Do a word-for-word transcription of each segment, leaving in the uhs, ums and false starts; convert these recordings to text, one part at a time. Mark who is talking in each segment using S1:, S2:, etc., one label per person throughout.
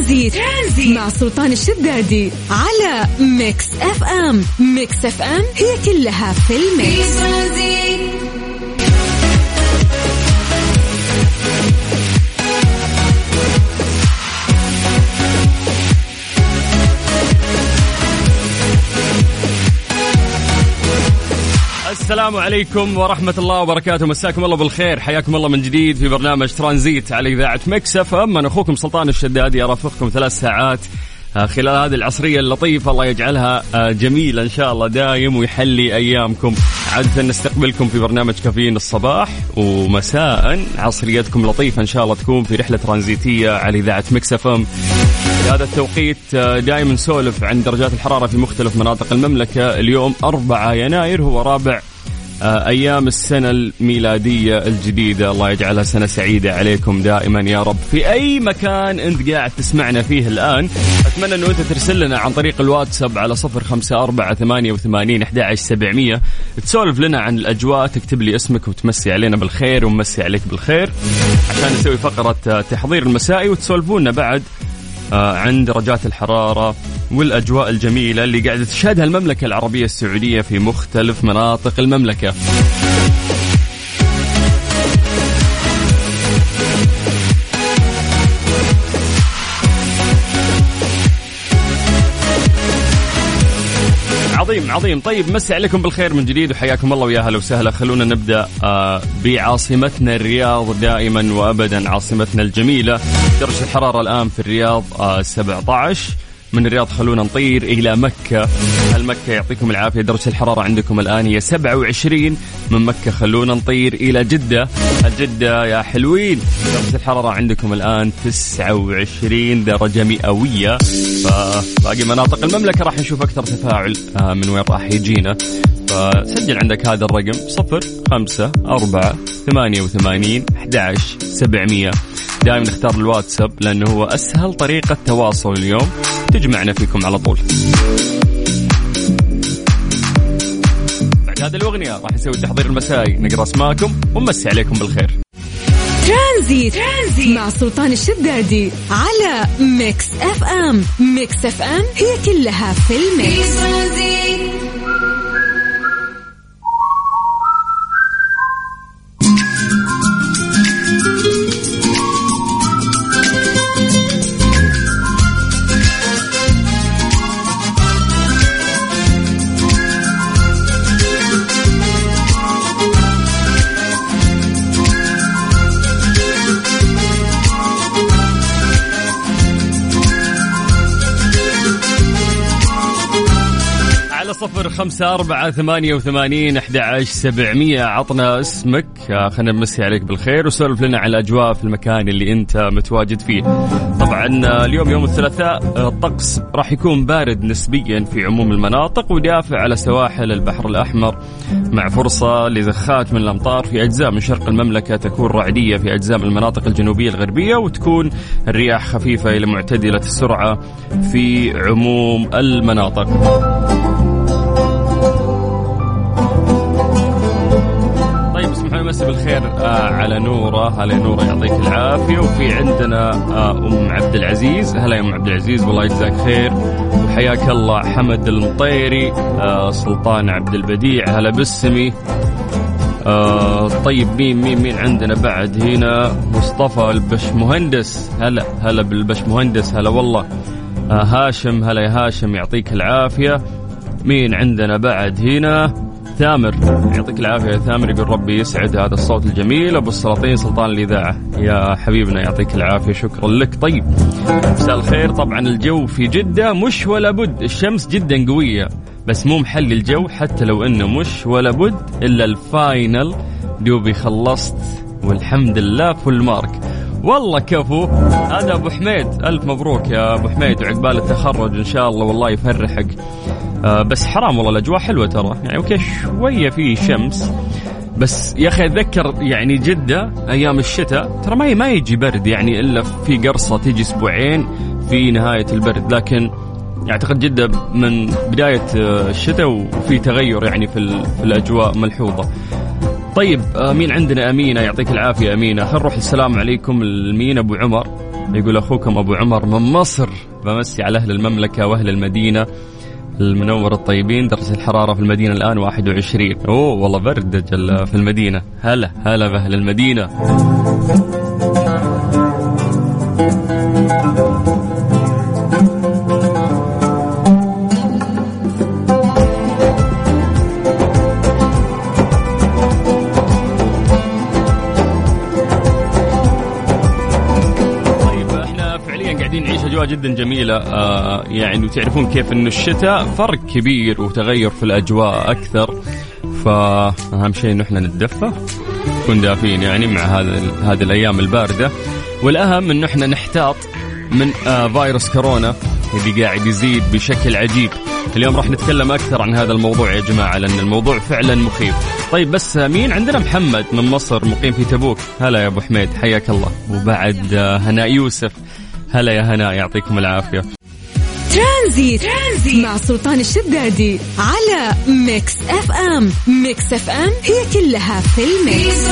S1: ترانزيت, ترانزيت مع سلطان الشدادي على ميكس اف ام. ميكس اف ام هي كلها في الميكس.
S2: السلام عليكم ورحمة الله وبركاته، مساكم الله بالخير، حياكم الله من جديد في برنامج ترانزيت على إذاعة ميكس اف ام. أنا أخوكم سلطان الشدادي أرافقكم ثلاث ساعات خلال هذه العصرية اللطيفة، الله يجعلها جميلة إن شاء الله دايم ويحلي أيامكم. عادة نستقبلكم في برنامج كافيين الصباح ومساء، عصريتكم لطيفة إن شاء الله تكون في رحلة ترانزيتية على إذاعة ميكس اف ام. في هذا التوقيت دائما نسولف عن درجات الحرارة في مختلف مناطق المملكة. اليوم أربعة يناير هو رابع أيام السنة الميلادية الجديدة، الله يجعلها سنة سعيدة عليكم دائما يا رب في أي مكان أنت قاعد تسمعنا فيه الآن. أتمنى أنه أنت ترسل لنا عن طريق الواتساب على صفر خمسة أربعة ثمانية وثمانين أحد عشر سبعمية، تسولف لنا عن الأجواء، تكتب لي اسمك وتمسي علينا بالخير ومسي عليك بالخير عشان نسوي فقرة تحضير المسائي، وتسولفونا بعد عن درجات الحرارة والأجواء الجميلة اللي قاعدة تشهدها المملكة العربية السعودية في مختلف مناطق المملكة. عظيم عظيم. طيب مسي عليكم بالخير من جديد وحياكم الله ويا هلا وسهلا. خلونا نبدأ آه بعاصمتنا الرياض دائما وأبدا، عاصمتنا الجميلة. درجة الحرارة الآن في الرياض آه سبعة عشر. من الرياض خلونا نطير إلى مكة. هل مكة يعطيكم العافية، درجة الحرارة عندكم الآن هي سبعة وعشرين. من مكة خلونا نطير إلى جدة. الجدة يا حلوين، درجة الحرارة عندكم الآن تسعة وعشرين درجة مئوية. فباقي مناطق المملكة راح نشوف أكثر تفاعل من وين راح يجينا، فسجل عندك هذا الرقم صفر خمسة أربعة ثمانية وثمانين أحد عشر سبعمية. دائما نختار الواتساب لأنه هو أسهل طريقة تواصل اليوم، تجمعنا فيكم على طول. بعد هذه الأغنية راح نسوي التحضير المسائي، نقرأ اسماءكم ونمسي عليكم بالخير.
S1: ترانزيت, ترانزيت مع سلطان الشدادي على ميكس اف ام. ميكس اف ام هي كلها في الميكس.
S2: صفر خمسة أربعة ثمانية وثمانين أحد عشر سبعمية. عطنا اسمك، خلنا نمسي عليك بالخير وسولف لنا على الأجواء في المكان اللي أنت متواجد فيه. طبعا اليوم يوم الثلاثاء الطقس راح يكون بارد نسبيا في عموم المناطق ودافع على سواحل البحر الأحمر، مع فرصة لزخات من الأمطار في أجزاء من شرق المملكة، تكون رعدية في أجزاء من المناطق الجنوبية الغربية، وتكون الرياح خفيفة إلى معتدلة السرعة في عموم المناطق. مسي بالخير آه على نورة. هلا نورة يعطيك العافية. وفي عندنا آه أم عبد العزيز. هلا يا أم عبد العزيز والله يجزاك خير وحياك الله. حمد المطيري، آه سلطان عبد البديع، هلا بالسمي. آه طيب مين مين مين عندنا بعد هنا؟ مصطفى البشمهندس، هلا هلا بالبشمهندس، هلا والله. آه هاشم، هلا يا هاشم يعطيك العافية. مين عندنا بعد هنا؟ ثامر يعطيك العافية يا ثامر، يقول ربي يسعد هذا الصوت الجميل. أبو السلاطين سلطان الإذاعة يا حبيبنا يعطيك العافية، شكرا لك. طيب مساء الخير. طبعا الجو في جدة مش ولا بد، الشمس جدا قوية بس مو محل الجو، حتى لو إنه مش ولا بد إلا الفاينل دوبي خلصت والحمد لله فل مارك. والله كفو. هذا أبو حميد، ألف مبروك يا أبو حميد وعقبال التخرج إن شاء الله والله يفرحك. آه بس حرام والله الأجواء حلوة ترى، يعني أوكي شوية في شمس بس يا أخي أتذكر يعني جدة أيام الشتاء ترى ما ما يجي برد يعني إلا في قرصة تيجي أسبوعين في نهاية البرد، لكن أعتقد جدة من بداية الشتاء وفي تغير يعني في, في الأجواء ملحوظة. طيب مين عندنا؟ أمينة يعطيك العافية أمينة. خل نروح السلام عليكم. المين أبو عمر يقول أخوكم أبو عمر من مصر، بمسي على أهل المملكة وأهل المدينة المنور الطيبين. درجة الحرارة في المدينة الآن واحد وعشرين. أوه والله برد جل في المدينة. هلا هلا بأهل المدينة. جدا جميلة آه يعني وتعرفون كيف انه الشتاء فرق كبير وتغير في الاجواء اكثر، فاهم شيء انه احنا نتدفى نكون دافين يعني مع هذا هذه الايام الباردة، والاهم انه احنا نحتاط من آه فيروس كورونا اللي قاعد يزيد بشكل عجيب. اليوم راح نتكلم اكثر عن هذا الموضوع يا جماعة لان الموضوع فعلا مخيف. طيب بس مين عندنا؟ محمد من مصر مقيم في تبوك. هلا يا ابو حميد حياك الله. وبعد آه هناء يوسف. هلا يا هناء يعطيكم العافية.
S1: ترانزيت. ترانزيت مع سلطان الشدادي على ميكس اف ام. ميكس اف ام هي كلها في الميكس.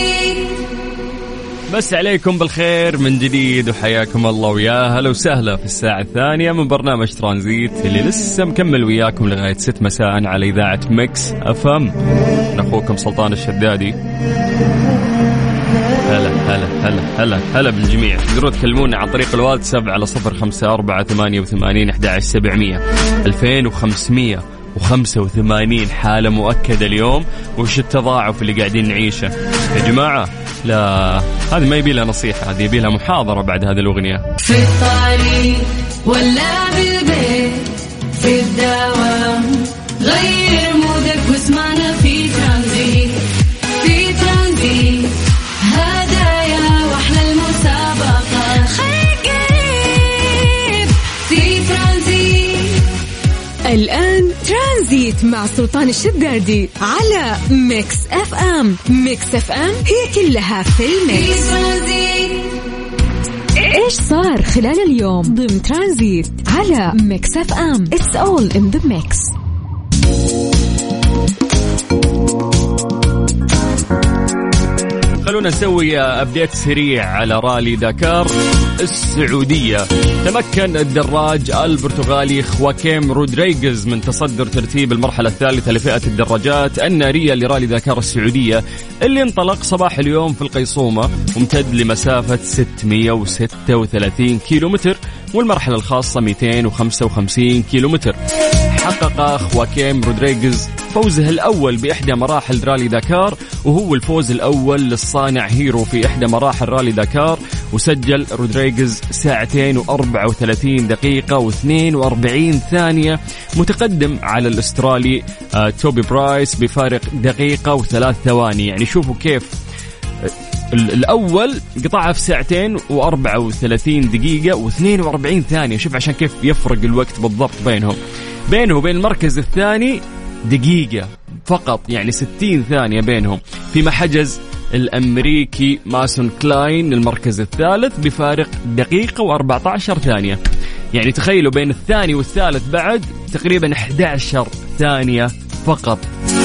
S2: بس عليكم بالخير من جديد وحياكم الله ويا هلا وسهلا في الساعة الثانية من برنامج ترانزيت اللي لسه مكمل وياكم لغاية ست مساء على إذاعة ميكس اف ام. أخوكم سلطان الشدادي. هلا هلا هلا هلا هلا بالجميع. تقدرون تكلمونا عن طريق الواتساب على صفر خمسة أربعة ثمانية وثمانين أحد عشر سبعمية. ألفين وخمسمية وخمسة وثمانين حالة مؤكدة اليوم. وش التضاعف اللي قاعدين نعيشه يا جماعة؟ لا هذه ما يبي لها نصيحة، هذه يبي لها محاضرة بعد هذه الأغنية.
S3: في الطريق ولا بالبيت في الدوام غير مودك واسمعنا في ترانزيت. في ترانزيت هدايا واحلى المسابقة خليك قريب في ترانزيت.
S1: الآن ترانزيت مع سلطان الشدادي على ميكس اف ام. ميكس اف ام هي كلها في الميكس. ايش صار خلال اليوم ضمن ترانزيت على ميكس اف ام. It's all in the mix.
S2: خلونا نسوي أبديت سريع على رالي داكار السعودية. تمكن الدراج البرتغالي خواكيم رودريغيز من تصدر ترتيب المرحلة الثالثة لفئة الدراجات النارية لرالي داكار السعودية اللي انطلق صباح اليوم في القيصومة وامتد لمسافة ستمية وستة وثلاثين كيلومتر، والمرحلة الخاصة مئتين وخمسة وخمسين كيلومتر. حقق خواكيم رودريغيز فوزه الأول بإحدى مراحل رالي داكار، وهو الفوز الأول للصانع هيرو في إحدى مراحل رالي داكار. وسجل رودريغيز ساعتين وأربعة وثلاثين دقيقة واثنين وأربعين ثانية، متقدم على الأسترالي آه توبي برايس بفارق دقيقة وثلاث ثواني. يعني شوفوا كيف الأول قطعها في ساعتين وأربعة وثلاثين دقيقة واثنين وأربعين ثانية. شوف عشان كيف يفرق الوقت بالضبط بينهم. بينه وبين المركز الثاني دقيقة فقط، يعني ستين ثانية بينهم، فيما حجز الأمريكي ماسون كلاين المركز الثالث بفارق دقيقة وأربعة عشر ثانية. يعني تخيلوا بين الثاني والثالث بعد تقريبا أحد عشر ثانية فقط.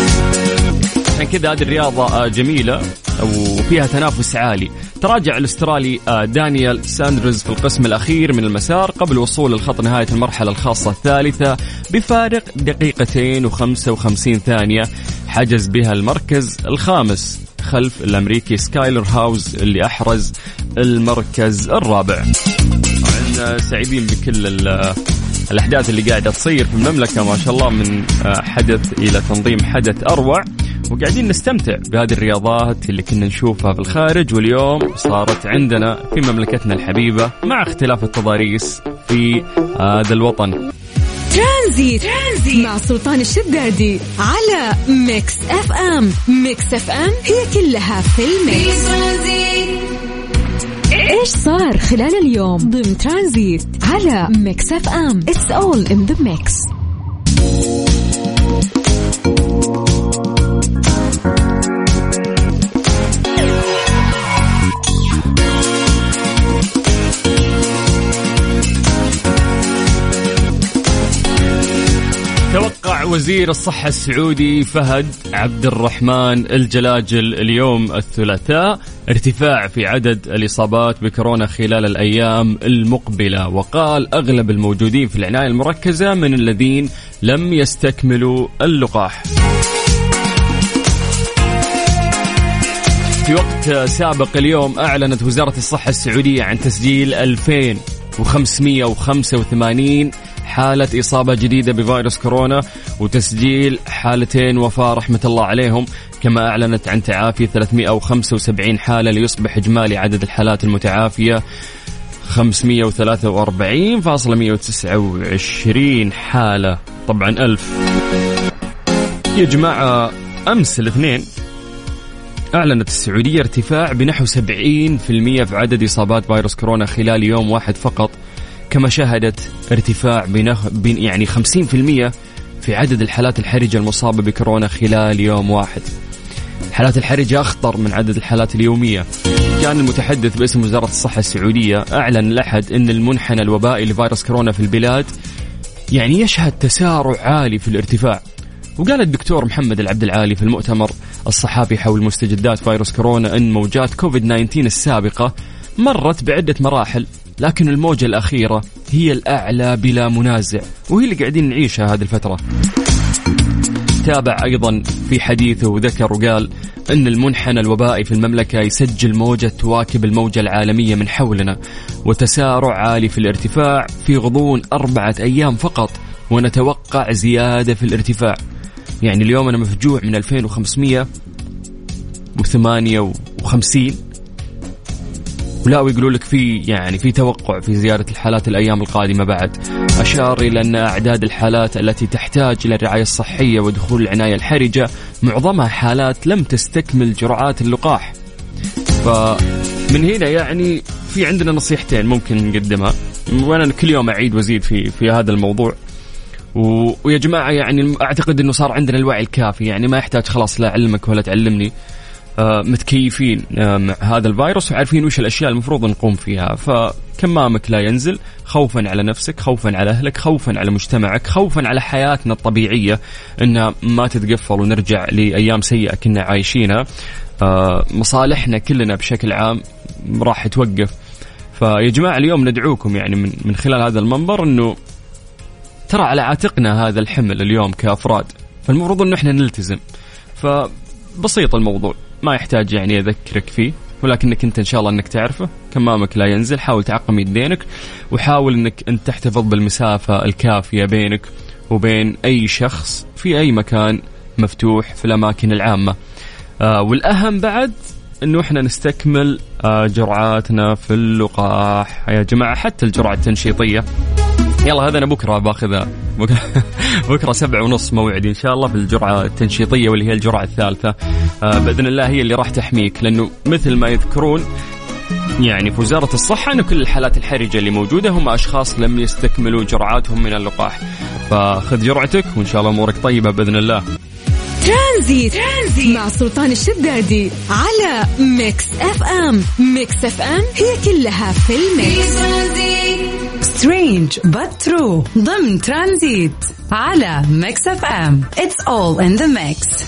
S2: عشان كذا هذه الرياضة جميلة وفيها تنافس عالي. تراجع الأسترالي دانيال ساندرز في القسم الأخير من المسار قبل وصول الخط نهاية المرحلة الخاصة الثالثة بفارق دقيقتين وخمسة وخمسين ثانية، حجز بها المركز الخامس خلف الأمريكي سكايلر هاوز اللي أحرز المركز الرابع. طبعا سعيدين بكل الأحداث اللي قاعدة تصير في المملكة ما شاء الله، من حدث إلى تنظيم حدث أروع، وقاعدين نستمتع بهذه الرياضات اللي كنا نشوفها في الخارج واليوم صارت عندنا في مملكتنا الحبيبة مع اختلاف التضاريس في هذا الوطن.
S1: ترانزيت. ترانزيت مع سلطان الشدادي على ميكس اف ام. ميكس اف ام هي كلها في الميكس. ايش صار خلال اليوم ضمن ترانزيت على ميكس اف ام. It's all in the mix.
S2: توقع وزير الصحة السعودي فهد عبد الرحمن الجلاجل اليوم الثلاثاء ارتفاع في عدد الإصابات بكورونا خلال الأيام المقبلة، وقال أغلب الموجودين في العناية المركزة من الذين لم يستكملوا اللقاح. في وقت سابق اليوم أعلنت وزارة الصحة السعودية عن تسجيل ألفين وخمسمئة وخمسة وثمانين حالة إصابة جديدة بفيروس كورونا، وتسجيل حالتين وفاة رحمة الله عليهم. كما أعلنت عن تعافي ثلاثمئة وخمسة وسبعين حالة، ليصبح إجمالي عدد الحالات المتعافية خمسمئة وثلاثة وأربعين فاصلة مئة وتسعة وعشرين حالة. طبعا ألف. يا جماعة أمس الاثنين أعلنت السعودية ارتفاع بنحو سبعين بالمئة في عدد إصابات فيروس كورونا خلال يوم واحد فقط، كما شهدت ارتفاع بنخ... بين يعني خمسين بالمئة في عدد الحالات الحرجة المصابة بكورونا خلال يوم واحد. الحالات الحرجة أخطر من عدد الحالات اليومية. كان المتحدث باسم وزارة الصحة السعودية أعلن الأحد أن المنحنى الوبائي لفيروس كورونا في البلاد يعني يشهد تسارع عالي في الارتفاع. وقال الدكتور محمد العبد العالي في المؤتمر الصحافي حول مستجدات فيروس كورونا أن موجات كوفيد تسعة عشر السابقة مرت بعدة مراحل، لكن الموجة الأخيرة هي الأعلى بلا منازع، وهي اللي قاعدين نعيشها هذه الفترة. تابع أيضا في حديثه وذكر وقال أن المنحنى الوبائي في المملكة يسجل موجة تواكب الموجة العالمية من حولنا، وتسارع عالي في الارتفاع في غضون أربعة أيام فقط، ونتوقع زيادة في الارتفاع. يعني اليوم أنا مفجوع من ألفين وخمسمئة وثمانية وخمسين، ولا ويقولوا لك في يعني في توقع في زيادة الحالات الأيام القادمة بعد. أشار إلى أن أعداد الحالات التي تحتاج إلى الرعاية الصحية ودخول العناية الحرجة معظمها حالات لم تستكمل جرعات اللقاح. فمن هنا يعني في عندنا نصيحتين ممكن نقدمها، وأنا كل يوم أعيد وزيد في في هذا الموضوع. ويا جماعة يعني أعتقد أنه صار عندنا الوعي الكافي، يعني ما يحتاج خلاص لا علمك ولا تعلمني، آه متكيفين آه مع هذا الفيروس وعارفين وش الأشياء المفروض نقوم فيها. فكمامك لا ينزل، خوفا على نفسك، خوفا على أهلك، خوفا على مجتمعك، خوفا على حياتنا الطبيعية إنها ما تتقفل ونرجع لأيام سيئة كنا عايشينها. آه مصالحنا كلنا بشكل عام راح توقف. فيا جماعة اليوم ندعوكم يعني من, من خلال هذا المنبر إنه ترى على عاتقنا هذا الحمل اليوم كأفراد، فالمفروض إنه إحنا نلتزم. فبسيط الموضوع، ما يحتاج يعني أذكرك فيه، ولكنك أنت إن شاء الله أنك تعرفه. كمامك لا ينزل، حاول تعقم يدينك، وحاول أنك أنت تحتفظ بالمسافة الكافية بينك وبين أي شخص في أي مكان مفتوح في الأماكن العامة. آه والأهم بعد أنه إحنا نستكمل آه جرعاتنا في اللقاح يا جماعة، حتى الجرعة التنشيطية. يلا هذا أنا بكرة باخذها، بكرة, بكرة سبعة ونص موعدي إن شاء الله بالجرعة التنشيطية، واللي هي الجرعة الثالثة آه بإذن الله هي اللي راح تحميك. لأنه مثل ما يذكرون يعني في وزارة الصحة أنه كل الحالات الحرجة اللي موجودة هم أشخاص لم يستكملوا جرعاتهم من اللقاح. فخذ جرعتك وإن شاء الله أمورك طيبة بإذن الله.
S1: ترانزيت. ترانزيت مع سلطان الشدادي على ميكس اف ام. ميكس اف ام هي كلها في الميكس.
S4: سترينج but true ضمن ترانزيت على ميكس اف ام. It's all in the mix.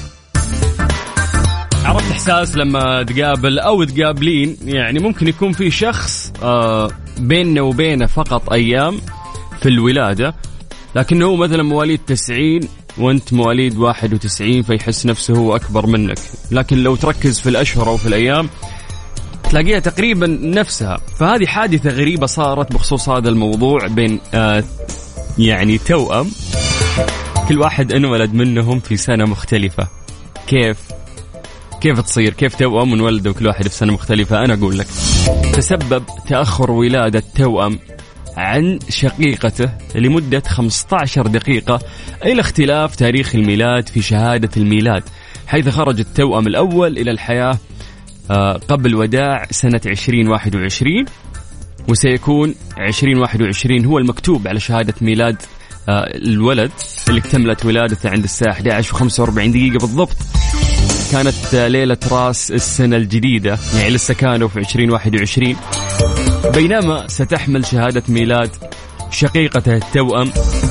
S2: عرفت إحساس لما تقابل أو تقابلين يعني ممكن يكون في شخص آه بيننا وبينه فقط أيام في الولادة، لكنه هو مثلا مواليد تسعين وانت مواليد واحد وتسعين، فيحس نفسه هو أكبر منك. لكن لو تركز في الأشهر أو في الأيام تلاقيها تقريبا نفسها. فهذه حادثة غريبة صارت بخصوص هذا الموضوع بين آه يعني توأم كل واحد انولد منهم في سنة مختلفة. كيف كيف تصير كيف توأم ونولد وكل واحد في سنة مختلفة؟ أنا أقول لك، تسبب تأخر ولادة توأم عن شقيقته لمدة خمسة عشر دقيقة إلى اختلاف تاريخ الميلاد في شهادة الميلاد، حيث خرج التوأم الأول إلى الحياة قبل وداع سنة عشرين واحد وعشرين، وسيكون عشرين واحد وعشرين هو المكتوب على شهادة ميلاد الولد اللي اكتملت ولادته عند الساعة أحد عشر وخمسة وأربعين دقيقة بالضبط. كانت ليلة راس السنة الجديدة، يعني لسه كانوا في عشرين واحد وعشرين، بينما ستحمل شهادة ميلاد شقيقته التوأم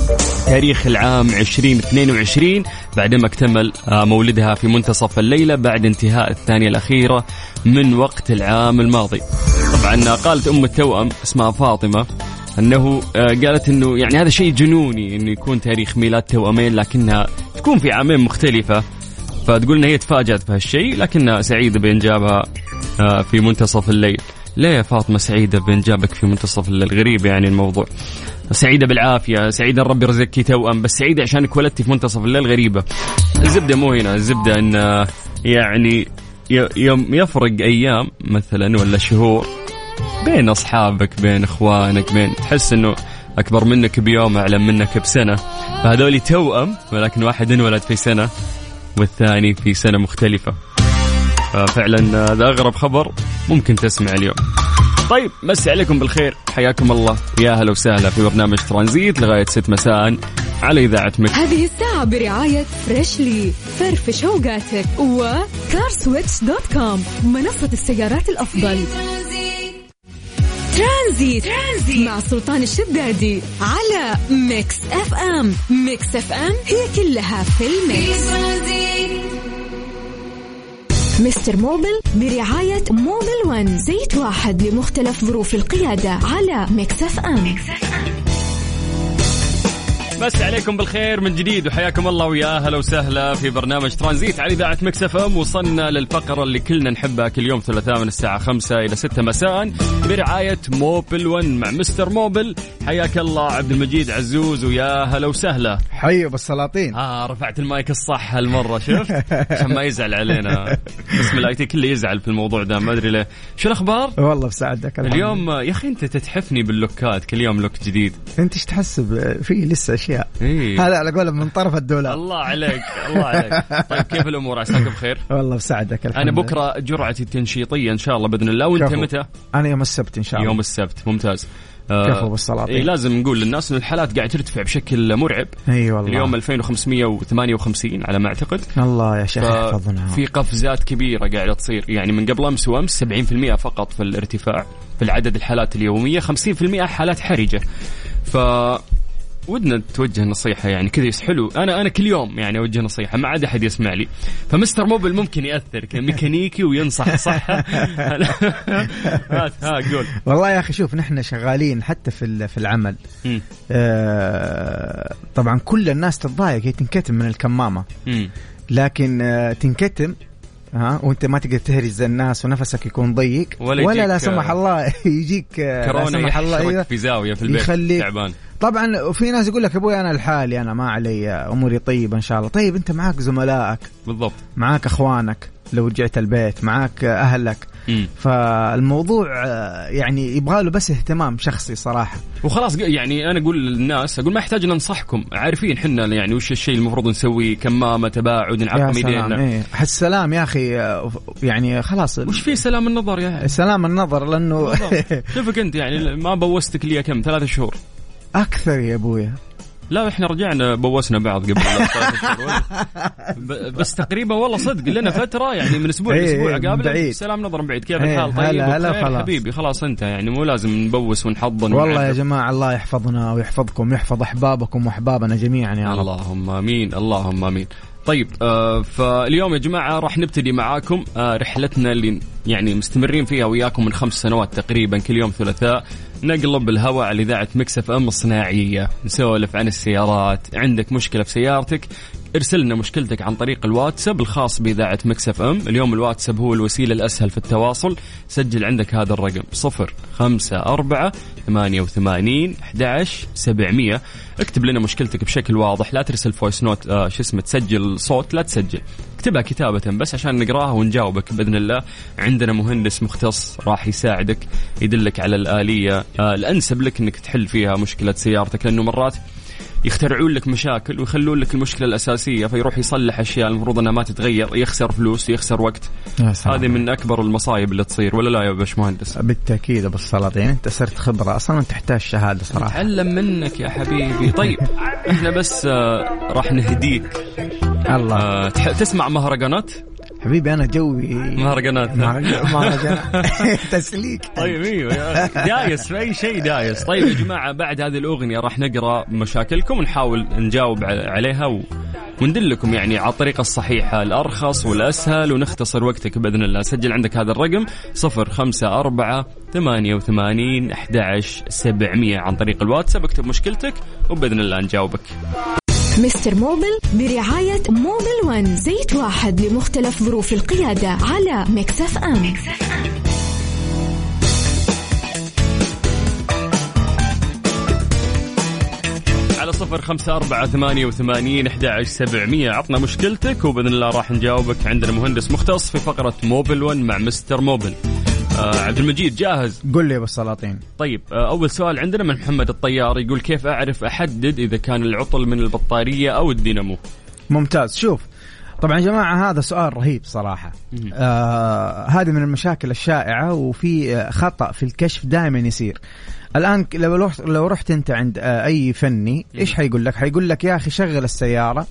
S2: تاريخ العام عشرين اثنين وعشرين بعدما اكتمل مولدها في منتصف الليلة بعد انتهاء الثانية الأخيرة من وقت العام الماضي. طبعا قالت أم التوأم اسمها فاطمة أنه قالت أنه يعني هذا شيء جنوني أنه يكون تاريخ ميلاد توأمين لكنها تكون في عامين مختلفة، فتقول أن هي تفاجأت بهالشيء لكنها سعيدة بإنجابها في منتصف الليل. ليه يا فاطمة سعيدة بإنجابك في منتصف الليل؟ غريب يعني الموضوع. سعيدة بالعافية، سعيدة ربي رزقك توأم، بس سعيدة عشانك ولدتي في منتصف الليل غريبة. الزبدة مو هنا، الزبدة أن يعني يوم يفرق أيام مثلا ولا شهور بين أصحابك بين إخوانك، بين تحس أنه أكبر منك بيوم أعلم منك بسنة، فهذولي توأم ولكن واحد انولد في سنة والثاني في سنة مختلفة. ففعلا هذا أغرب خبر ممكن تسمع اليوم. طيب مسي عليكم بالخير، حياكم الله ويا هلا وسهلا في برنامج ترانزيت لغاية ست مساء على إذاعة مكس.
S1: هذه الساعة برعاية فريشلي فرفش اوقاتك وكارسويتش دوت كوم منصة السيارات الأفضل. ترانزيت. ترانزيت مع سلطان الشدادي على ميكس اف ام. ميكس اف ام هي كلها في الميكس. مستر موبل برعاية موبل ون، زيت واحد لمختلف ظروف القيادة على ميكس اف ام.
S2: بس عليكم بالخير من جديد وحياكم الله ويا هلا وسهلا في برنامج ترانزيت على إذاعة ميكس اف ام. وصلنا للفقرة اللي كلنا نحبها كل يوم ثلاثاء من الساعة خمسة إلى ستة مساء برعاية موبل ون مع مستر موبل. حياك الله عبد المجيد عزوز ويا هلا وسهلا.
S5: حيو بالسلاطين.
S2: آه رفعت المايك الصح هالمرة شفت عشان ما يزعل علينا. بسم الله يتي كله يزعل في الموضوع ده ما أدري ليه. شو الأخبار؟
S5: والله بساعدك
S2: اليوم يا أخي أنت تتحفني باللوكات كل يوم لوك جديد.
S5: أنت إيش تحسب فيه لسه أشياء
S2: إيه؟
S5: هذا على قولهم من طرف الدولار.
S2: الله عليك الله عليك. طيب كيف الأمور؟ عساك بخير.
S5: والله بساعدك الحمد.
S2: أنا بكرة جرعتي التنشيطية إن شاء الله بإذن الله. وأنت متى؟
S5: أنا يوم السبت إن شاء الله.
S2: يوم السبت ممتاز.
S5: كفو بالسلاطين.
S2: إيه لازم نقول للناس إن الحالات قاعد ترتفع بشكل مرعب.
S5: أي والله.
S2: اليوم ألفين وخمسمية وثمانية وخمسين على ما أعتقد.
S5: الله يا شيخ يحفظنا.
S2: في قفزات كبيرة قاعدة تصير يعني من قبل أمس وأمس سبعين في المية فقط في الارتفاع في العدد الحالات اليومية، خمسين في المية حالات حرجة. ف ودنا توجه نصيحة يعني كذا يسحلوا. أنا أنا كل يوم يعني أوجه نصيحة ما عاد أحد يسمع لي، فمستر موبل ممكن يأثر كميكانيكي وينصح صح. ها قول.
S5: والله يا أخي شوف نحن شغالين حتى في في العمل آه طبعا كل الناس تتضايق هي تنكتم من الكمامة م. لكن آه تنكتم ها وانت ما تقدر تهرز الناس ونفسك يكون ضيق ولا, ولا لا سمح الله يجيك
S2: كورونا يحشرك في زاوية في البيت تعبان.
S5: طبعا وفي ناس يقول لك ابوي انا لحالي انا ما علي اموري طيبه ان شاء الله. طيب انت معاك زملائك
S2: بالضبط،
S5: معاك اخوانك لو رجعت البيت، معاك اهلك م. فالموضوع يعني يبغى له بس اهتمام شخصي صراحه.
S2: وخلاص يعني انا اقول للناس اقول ما يحتاج ننصحكم، عارفين حنا يعني وش الشيء المفروض نسويه، كمامه تباعد نعقم ايدينا.
S5: ايه السلام يا اخي يعني خلاص.
S2: وش في سلام النظر يا يعني؟
S5: سلام النظر لانه
S2: شوفك انت يعني ما بوستك لي كم ثلاثة شهور
S5: أكثر يا أبويا.
S2: لا إحنا رجعنا بوسنا بعض قبل بس تقريبا والله صدق لنا فترة يعني من أسبوع لأسبوع قابل سلام نظر بعيد كيف الحال طيب
S5: هلا خلاص
S2: حبيبي خلاص أنت يعني مو لازم نبوس ونحضن.
S5: والله يا جماعة الله يحفظنا ويحفظكم يحفظ أحبابكم وأحبابنا جميعا يا رب.
S2: اللهم آمين اللهم آمين. طيب آه فاليوم يا جماعة راح نبتدي معاكم آه رحلتنا اللي يعني مستمرين فيها وياكم من خمس سنوات تقريبا. كل يوم ثلاثاء نقلب الهواء على إذاعة ميكس اف ام الصناعية، نسولف عن السيارات. عندك مشكلة في سيارتك ارسلنا مشكلتك عن طريق الواتساب الخاص بإذاعة ميكس اف ام. اليوم الواتساب هو الوسيلة الأسهل في التواصل. سجل عندك هذا الرقم صفر خمسة أربعة ثمانية وثمانين أحد عشر سبعمية. اكتب لنا مشكلتك بشكل واضح، لا ترسل فويس نوت آه شو اسمه تسجل صوت، لا تسجل اكتبها كتابة بس عشان نقراها ونجاوبك بإذن الله. عندنا مهندس مختص راح يساعدك يدلك على الآلية آه الأنسب لك انك تحل فيها مشكلة سيارتك، لأنه مرات يخترعون لك مشاكل ويخلون لك المشكلة الأساسية فيروح يصلح أشياء المفروض أنها ما تتغير، يخسر فلوس ويخسر وقت. هذه من أكبر المصايب اللي تصير ولا لا يا باش مهندس؟
S5: بالتأكيد بالصلاة يعني أنت صرت خبرة أصلا تحتاج شهادة صراحة.
S2: نتعلم منك يا حبيبي. طيب إحنا بس آه راح نهديك
S5: الله
S2: آه تسمع مهرجانات
S5: حبيبي أنا جوي
S2: مهرجانات
S5: مهرجانات تسليك.
S2: طيب ايوه دايس في أي شيء دايس. طيب يا جماعة بعد هذه الأغنية راح نقرأ مشاكلكم ونحاول نجاوب عليها و... وندلكم يعني على الطريقة الصحيحة الأرخص والأسهل ونختصر وقتك بإذن الله. سجل عندك هذا الرقم صفر خمسة أربعة ثمانية وثمانين أحد عشر سبعمية عن طريق الواتساب. اكتب مشكلتك وبإذن الله نجاوبك.
S1: مستر موبل برعاية موبل ون، زيت واحد لمختلف ظروف القيادة على ميكس اف ام.
S2: على صفر خمسة أربعة ثمانية وثمانين أحد عشر سبعمية عطنا مشكلتك وبإذن الله راح نجاوبك. عندنا مهندس مختص في فقرة موبل ون مع مستر موبل. آه عبد المجيد جاهز؟
S5: قل لي بالسلاطين.
S2: طيب آه أول سؤال عندنا من محمد الطيار، يقول كيف أعرف أحدد إذا كان العطل من البطارية أو الدينامو؟
S5: ممتاز. شوف طبعا يا جماعة هذا سؤال رهيب صراحة. آه هذه من المشاكل الشائعة وفي خطأ في الكشف دائما يصير. الآن لو رحت لو رحت أنت عند آه أي فني إيش حيقول لك؟ حيقول لك يا أخي شغل السيارة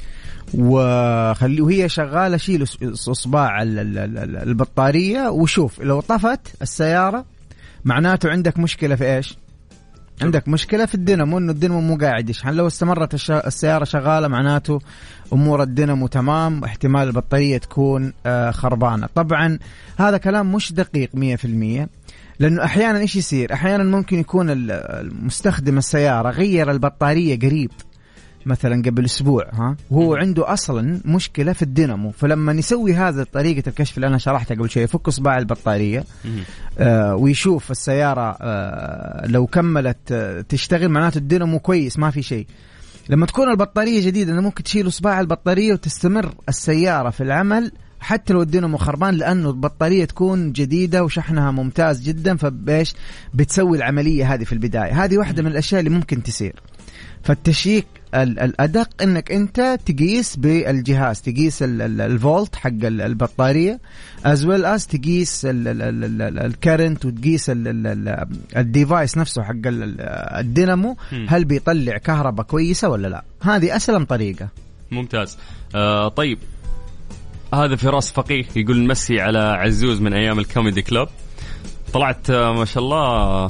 S5: وخلي وهي شغالة شيل إصبع البطارية وشوف لو طفت السيارة معناته عندك مشكلة في إيش؟ عندك مشكلة في الدينامو، إنه الدينامو مو قاعد يشحن. لو استمرت السيارة شغالة معناته أمور الدينامو تمام، احتمال البطارية تكون خربانة. طبعا هذا كلام مش دقيق مية في المية، لأنه أحيانا إيش يصير؟ أحيانا ممكن يكون المستخدم السيارة غير البطارية قريب مثلا قبل أسبوع ها وهو عنده أصلا مشكلة في الدينامو، فلما نسوي هذا طريقة الكشف اللي أنا شرحتها قبل شوي، يفك إصبع البطارية آه ويشوف السيارة آه لو كملت آه تشتغل معناته الدينامو كويس ما في شيء. لما تكون البطارية جديدة أنه ممكن تشيل إصبع البطارية وتستمر السيارة في العمل حتى لو الدينامو خربان، لأنه البطارية تكون جديدة وشحنها ممتاز جدا، فباش بتسوي العملية هذه في البداية. هذه واحدة من الأشياء اللي ممكن تصير. فالتشيك الأدق إنك أنت تقيس بالجهاز، تقيس الفولت حق البطارية as well as تقيس الكارنت وتقيس الديفايس نفسه حق الدينامو هل بيطلع كهرباء كويسة ولا لا. هذه أسلم طريقة.
S2: ممتاز. آه طيب هذا فراس فقيه يقول نمسي على عزوز من أيام الكوميدي كلوب. طلعت آه ما شاء الله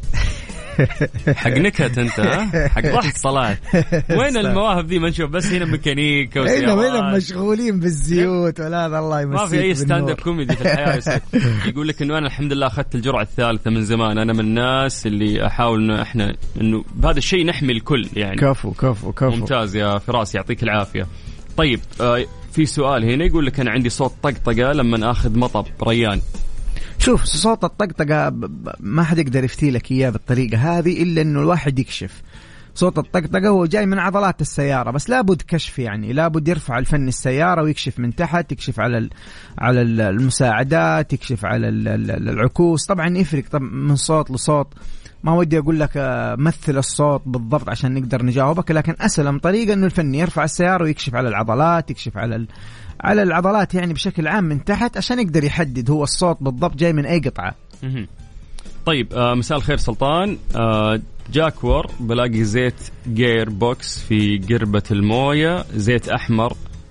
S2: حق نكت انت ها؟ حق ضحك طلعت. وين المواهب دي ما نشوف؟ بس هنا ميكانيكا
S5: وسيارات، هنا مشغولين بالزيوت ولا هذا الله يمسيك.
S2: ما في اي ستاند اب كوميدي في الحياه. يقول لك انه انا الحمد لله اخذت الجرعه الثالثه من زمان. انا من الناس اللي احاول انه احنا انه بهذا الشيء نحمي الكل يعني.
S5: كفو كفو كفو.
S2: ممتاز يا فراس يعطيك العافيه. طيب آه في سؤال هنا يقول لك انا عندي صوت طقطقه لما اخذ مطب ريان.
S5: شوف صوت الطقطقة ما حد يقدر يفتي لك إياه بالطريقة هذه إلا إنه الواحد يكشف. صوت الطقطقة هو جاي من عضلات السيارة، بس لابد كشف يعني، لابد يرفع الفني السيارة ويكشف من تحت، يكشف على على المساعدات، يكشف على العكوس. طبعا يفرق طبعا من صوت لصوت. ما ودي أقول لك مثل الصوت بالضبط عشان نقدر نجاوبك، لكن أسلم طريقة إنه الفني يرفع السيارة ويكشف على العضلات، يكشف على ال على العضلات يعني بشكل عام من تحت عشان يقدر يحدد هو الصوت بالضبط جاي من أي قطعة.
S2: طيب آه مساء الخير سلطان. آه جاكور بلاقي زيت جير بوكس في قربة الموية زيت أحمر.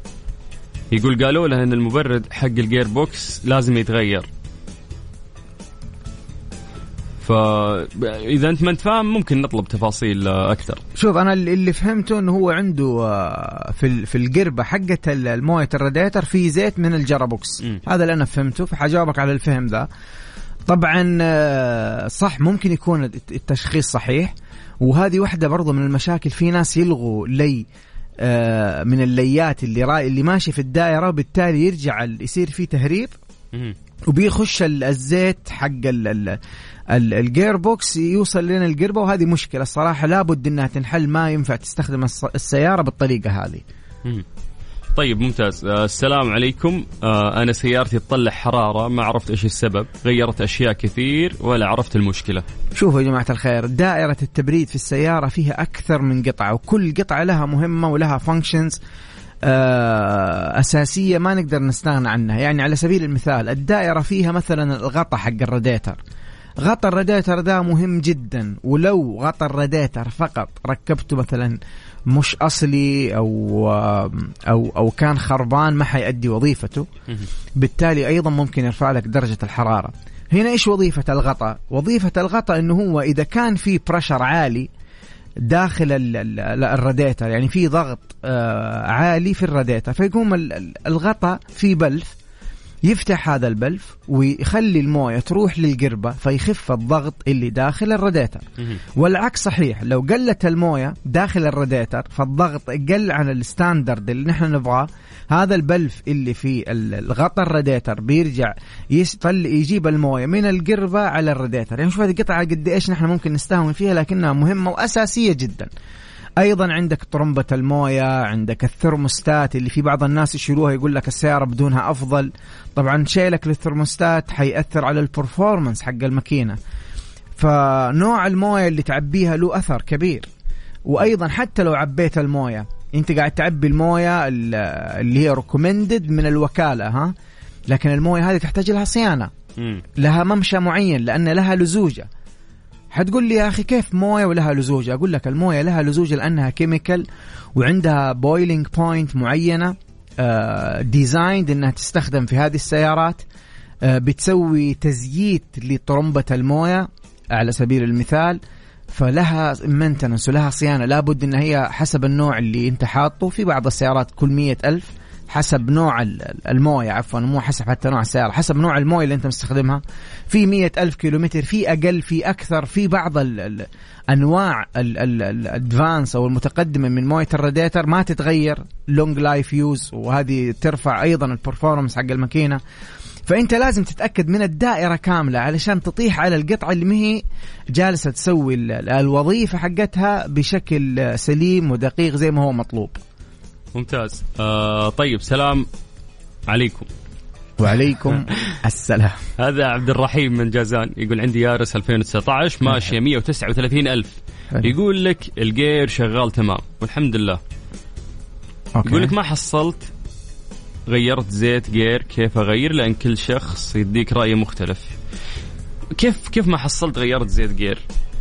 S2: يقول قالوا له أن المبرد حق الجير بوكس لازم يتغير. فإذا أنت ما أنت فاهم ممكن نطلب تفاصيل أكثر.
S5: شوف أنا اللي فهمته إنه هو عنده في في القربة حقة الموية الراديتر في زيت من الجرابوكس. م. هذا اللي أنا فهمته، فحجاوبك على الفهم ذا. طبعا صح ممكن يكون التشخيص صحيح، وهذه واحدة برضو من المشاكل. في ناس يلغوا لي من الليات اللي راي اللي ماشي في الدائرة، وبالتالي يرجع يصير فيه تهريب وبيخش الزيت حق الجير بوكس يوصل لنا القربة، وهذه مشكلة الصراحة لابد انها تنحل. ما ينفع تستخدم السيارة بالطريقة هذه.
S2: طيب ممتاز. آه السلام عليكم. آه أنا سيارتي تطلع حرارة ما عرفت إيش السبب، غيرت أشياء كثير ولا عرفت المشكلة.
S5: شوفوا يا جماعة الخير، دائرة التبريد في السيارة فيها أكثر من قطعة، وكل قطعة لها مهمة ولها فانكشنز آه أساسية ما نقدر نستغنى عنها. يعني على سبيل المثال الدائرة فيها مثلا الغطاء حق الراديتر، غطى الراديتر ده مهم جدا، ولو غطى الراديتر فقط ركبته مثلا مش أصلي أو أو أو كان خربان ما حيأدي وظيفته، بالتالي أيضا ممكن يرفع لك درجة الحرارة. هنا إيش وظيفة الغطاء؟ وظيفة الغطاء إنه هو إذا كان في بريشر عالي داخل الراديتر، يعني في ضغط عالي في الراديتر، فيقوم الغطاء في بلف يفتح هذا البلف ويخلي المويه تروح للقربة فيخف الضغط اللي داخل الراديتر. والعكس صحيح، لو قلت المويه داخل الراديتر فالضغط قل عن الستاندرد اللي نحن نبغاه، هذا البلف اللي في الغطاء الراديتر بيرجع يسفل يجيب المويه من القربة على الراديتر. يعني شوف هذه القطعة قد ايش نحن ممكن نستهون فيها، لكنها مهمة وأساسية جدا. أيضا عندك طرمبة الموية، عندك الثرموستات اللي في بعض الناس يشيلوها يقول لك السيارة بدونها أفضل. طبعا شيلك للثرموستات حيأثر على البرفورمانس حق الماكينة، فنوع الموية اللي تعبيها له أثر كبير. وأيضا حتى لو عبيت الموية، أنت قاعد تعبي الموية اللي هي ريكومندد من الوكالة، ها، لكن الموية هذه تحتاج لها صيانة، لها ممشى معين لأن لها لزوجة. حتقول لي يا أخي كيف موية ولها لزوجة؟ أقول لك الموية لها لزوجة لأنها كيميكال وعندها بويلينج بوينت معينة ديزايند إنها تستخدم في هذه السيارات. آه بتسوي تزييت لطرمبة الموية على سبيل المثال، فلها مينتنس ولها صيانة، لابد إن هي حسب النوع اللي أنت حاطه. في بعض السيارات كل مية ألف حسب نوع الموية، عفوا مو حسب حتى نوع السيارة، حسب نوع الموية اللي أنت مستخدمها. في مية ألف كيلومتر، في أقل، في أكثر، في بعض الأنواع الأدفانس أو المتقدمة من موية الراديتر ما تتغير، لونج لايف يوز، وهذه ترفع أيضا البرفورمانس حق الماكينة. فأنت لازم تتأكد من الدائرة كاملة علشان تطيح على القطعة اللي مهي جالسة تسوي الوظيفة حقتها بشكل سليم ودقيق زي ما هو مطلوب.
S2: ممتاز. آه طيب، سلام عليكم.
S5: وعليكم السلام.
S2: هذا عبد الرحيم من جازان، يقول عندي يارس ألفين وتسعة عشر ماشية مية وتسعة وثلاثين ألف، يقول لك الجير شغال تمام والحمد لله. أوكي. يقول لك ما حصلت غيرت زيت جير، كيف أغير؟ لأن كل شخص يديك رأي مختلف. كيف كيف ما حصلت غيرت زيت جير؟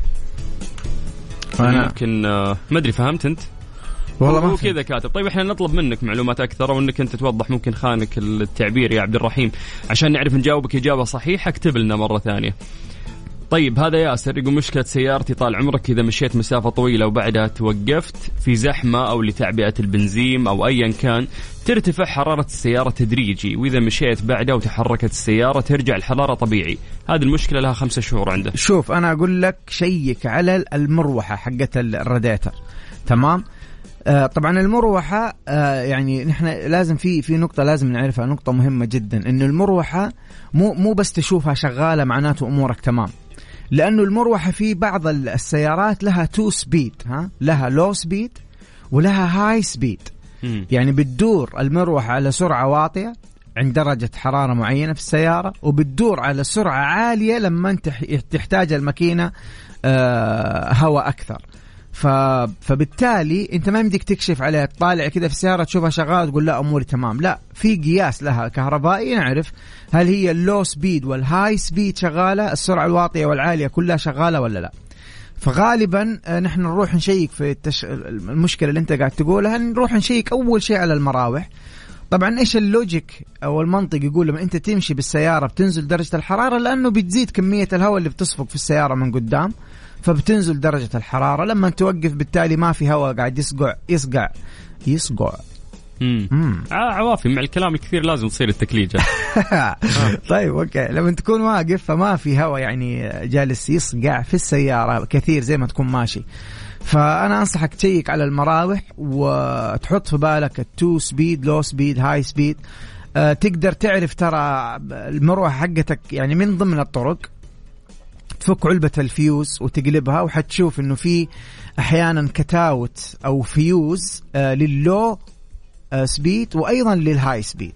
S2: أنا يمكن آه ما أدري، فهمت أنت؟ والله ما كذا كاتب. طيب احنا نطلب منك معلومات اكثر وانك انت توضح، ممكن خانك التعبير يا عبد الرحيم عشان نعرف نجاوبك اجابه صحيحه. اكتب لنا مره ثانيه. طيب هذا ياسر يقول مشكله سيارتي طال عمرك اذا مشيت مسافه طويله وبعدها توقفت في زحمه او لتعبئه البنزين او ايا كان، ترتفع حراره السياره تدريجي، واذا مشيت بعدها وتحركت السياره ترجع الحراره طبيعي. هذه المشكله لها خمسة شهور عنده.
S5: شوف انا اقول لك شيك على المروحه حقت الراديتر، تمام؟ آه طبعا المروحة آه يعني نحن لازم في في نقطة لازم نعرفها، نقطة مهمة جدا، إنه المروحة مو مو بس تشوفها شغالة معناته أمورك تمام، لأنه المروحة في بعض السيارات لها تو سبيد، ها، لها لو سبيد ولها هاي سبيد. يعني بتدور المروحة على سرعة واطية عند درجة حرارة معينة في السيارة، وبتدور على سرعة عالية لما انت تحتاج الماكينة آه هواء أكثر. فبالتالي انت ما يمديك تكشف عليها، تطالع كده في السيارة تشوفها شغالة تقول لا اموري تمام، لا، في قياس لها كهربائي نعرف هل هي اللو سبيد والهاي سبيد شغالة، السرعة الواطية والعالية كلها شغالة ولا لا. فغالبا نحن نروح نشيك في التش... المشكلة اللي انت قاعد تقولها، نروح نشيك اول شيء على المراوح. طبعا ايش اللوجيك او المنطق يقول لما انت تمشي بالسيارة بتنزل درجة الحرارة؟ لانه بتزيد كمية الهواء اللي بتصفق في السيارة من قدام، فبتنزل درجة الحرارة. لما توقف بالتالي ما في هواء قاعد يسقع يسقع يسقع
S2: امم آه عوافي مع الكلام الكثير لازم تصير التكليجة.
S5: طيب اوكي، لما تكون واقف فما في هواء يعني جالس يسقع في السيارة كثير زي ما تكون ماشي. فأنا أنصحك تشيك على المراوح وتحط في بالك التو سبيد، لو سبيد، هاي سبيد. أه تقدر تعرف ترى المروحة حقتك يعني من ضمن الطرق تفك علبة الفيوز وتقلبها، وحتشوف إنه في أحيانا كتاوت أو فيوز أه لللو أه سبيد وأيضا للهاي سبيد.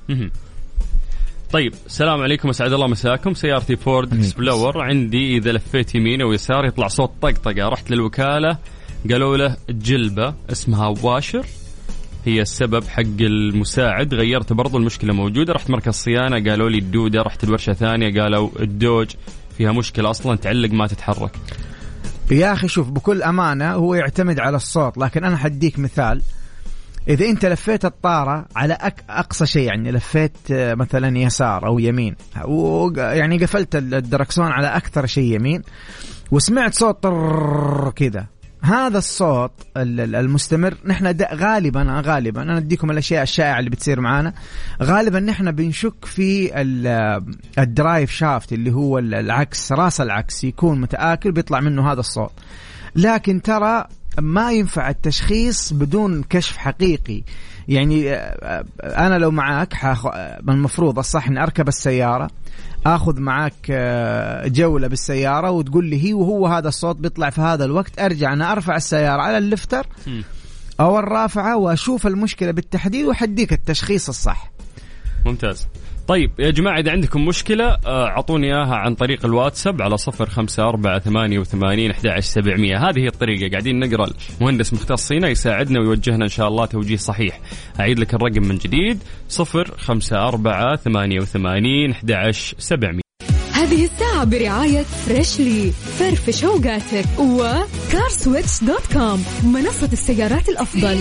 S2: طيب السلام عليكم، أسعد الله مساكم. سيارتي فورد اكسبلور، عندي إذا لفيت يمين أو يسار يطلع صوت طقطقة. رحت للوكالة قالوا له جلبة اسمها واشر هي السبب حق المساعد، غيرت برضو المشكلة موجودة. رحت مركز صيانة قالوا لي الدودة، رحت الورشة ثانية قالوا الدوج، فيها مشكلة أصلا تعلق ما تتحرك؟
S5: يا أخي شوف بكل أمانة هو يعتمد على الصوت، لكن أنا حديك مثال. إذا أنت لفيت الطارة على أك أقصى شيء، يعني لفيت مثلا يسار أو يمين، ويعني قفلت الدركسون على أكثر شيء يمين، وسمعت صوت طر كذا، هذا الصوت المستمر نحن غالبا غالبا أنا أديكم الأشياء الشائعة اللي بتصير معانا. غالبا نحن بنشك في الدرايف شافت اللي هو العكس، راس العكس يكون متآكل بيطلع منه هذا الصوت. لكن ترى ما ينفع التشخيص بدون كشف حقيقي. يعني أنا لو معاك المفروض الصح إن أركب السيارة، أخذ معاك جولة بالسيارة وتقول لي هي وهو هذا الصوت بيطلع في هذا الوقت، أرجع أنا أرفع السيارة على الليفتر أو الرافعة وأشوف المشكلة بالتحديد وحديك التشخيص الصح.
S2: ممتاز. طيب يا جماعة إذا عندكم مشكلة أعطوني إياها عن طريق الواتساب على صفر خمسة أربعة ثمانية وثمانين أحد عشر سبعمية. هذه هي الطريقة، قاعدين نقرأ مهندس مختص هنا يساعدنا ويوجهنا إن شاء الله توجيه صحيح. أعيد لك الرقم من جديد صفر خمسة أربعة ثمانية وثمانين أحد عشر سبعمية.
S1: هذه الساعة برعاية فريشلي، فرفش اوقاتك، وكارسويتش دوت كوم منصة السيارات الأفضل.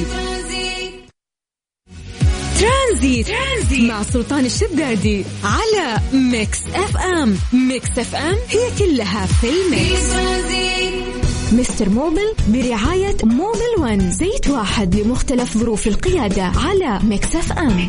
S1: ترانزيت. ترانزيت مع سلطان الشدادي على ميكس اف ام. ميكس اف ام هي كلها في الميكس. مستر موبل برعاية موبل ون، زيت واحد لمختلف ظروف القيادة على ميكس اف ام.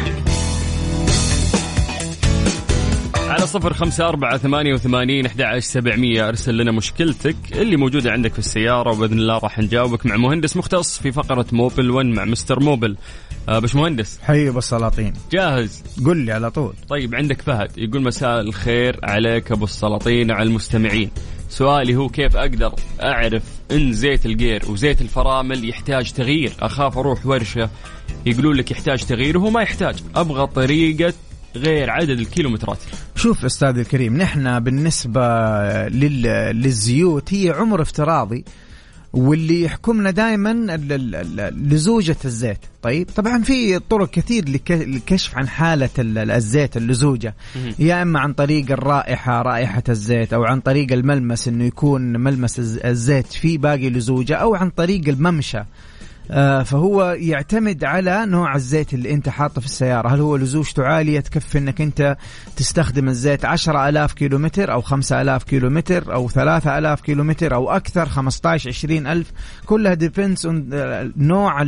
S2: على صفر خمسة أربعة ثمانية وثمانين أحد عشر سبعمية أرسل لنا مشكلتك اللي موجودة عندك في السيارة، وبإذن الله راح نجاوبك مع مهندس مختص في فقرة موبل ون مع مستر موبل. آه باش مهندس
S5: حي بالسلاطين،
S2: جاهز؟
S5: قل لي على طول.
S2: طيب عندك فهد يقول مساء الخير عليك أبو السلاطين وعلى المستمعين. سؤالي هو كيف أقدر أعرف إن زيت الجير وزيت الفرامل يحتاج تغيير؟ أخاف أروح ورشة يقولوا لك يحتاج تغيير وهو ما يحتاج، أبغى طريقة غير عدد الكيلومترات.
S5: شوف أستاذ الكريم، نحن بالنسبة للزيوت هي عمر افتراضي، واللي يحكمنا دائما لزوجة الزيت. طيب طبعا في طرق كثير للكشف عن حالة الزيت اللزوجة، يا إما عن طريق الرائحة، رائحة الزيت، أو عن طريق الملمس إنه يكون ملمس الزيت فيه باقي لزوجة، أو عن طريق الممشى. آه فهو يعتمد على نوع الزيت اللي انت حاطه في السيارة. هل هو لزوجته عالية تكفي انك انت تستخدم الزيت عشرة آلاف كيلومتر او خمسة آلاف كيلومتر او ثلاثة آلاف كيلومتر او اكثر، خمسة عشر عشرين ألف، كلها depends on نوع